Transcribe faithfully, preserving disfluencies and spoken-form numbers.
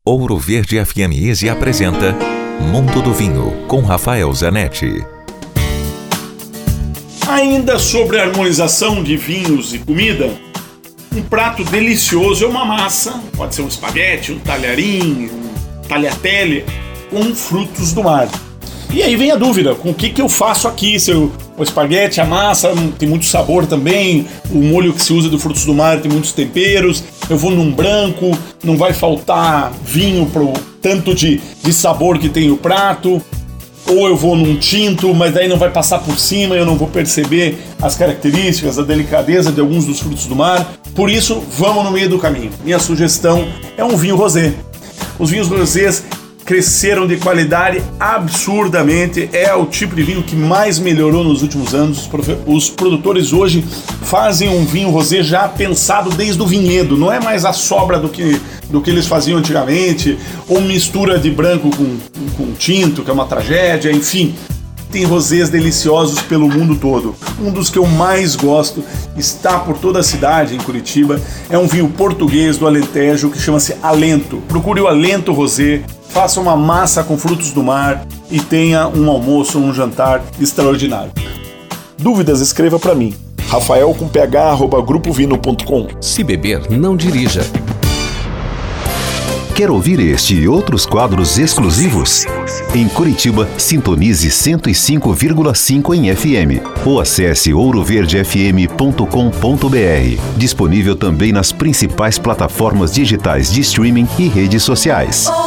Ouro Verde F M Easy apresenta Mundo do Vinho, com Rafael Zanetti. Ainda sobre a harmonização de vinhos e comida, um prato delicioso é uma massa, pode ser um espaguete, um talharim, um tagliatelle, com frutos do mar. E aí vem a dúvida, com o que, que eu faço aqui? Se eu, o espaguete, a massa, tem muito sabor também, o molho que se usa do frutos do mar tem muitos temperos, eu vou num branco, não vai faltar vinho pro tanto de, de sabor que tem o prato, ou eu vou num tinto, mas daí não vai passar por cima, eu não vou perceber as características, a delicadeza de alguns dos frutos do mar. Por isso, vamos no meio do caminho. Minha sugestão é um vinho rosé. Os vinhos rosés cresceram de qualidade absurdamente, é o tipo de vinho que mais melhorou nos últimos anos. Os produtores hoje fazem um vinho rosé já pensado desde o vinhedo, não é mais a sobra do que, do que eles faziam antigamente, ou mistura de branco com, com tinto, que é uma tragédia, enfim. Tem rosés deliciosos pelo mundo todo. Um dos que eu mais gosto está por toda a cidade, em Curitiba, é um vinho português do Alentejo que chama-se Alento. Procure o Alento Rosé, faça uma massa com frutos do mar e tenha um almoço ou um jantar extraordinário. Dúvidas, escreva para mim. Rafael com ph arroba grupo vino ponto com. Se beber, não dirija. Quer ouvir este e outros quadros exclusivos? Em Curitiba, sintonize cento e cinco vírgula cinco em F M ou acesse ouro verde f m ponto com ponto b r. Disponível também nas principais plataformas digitais de streaming e redes sociais.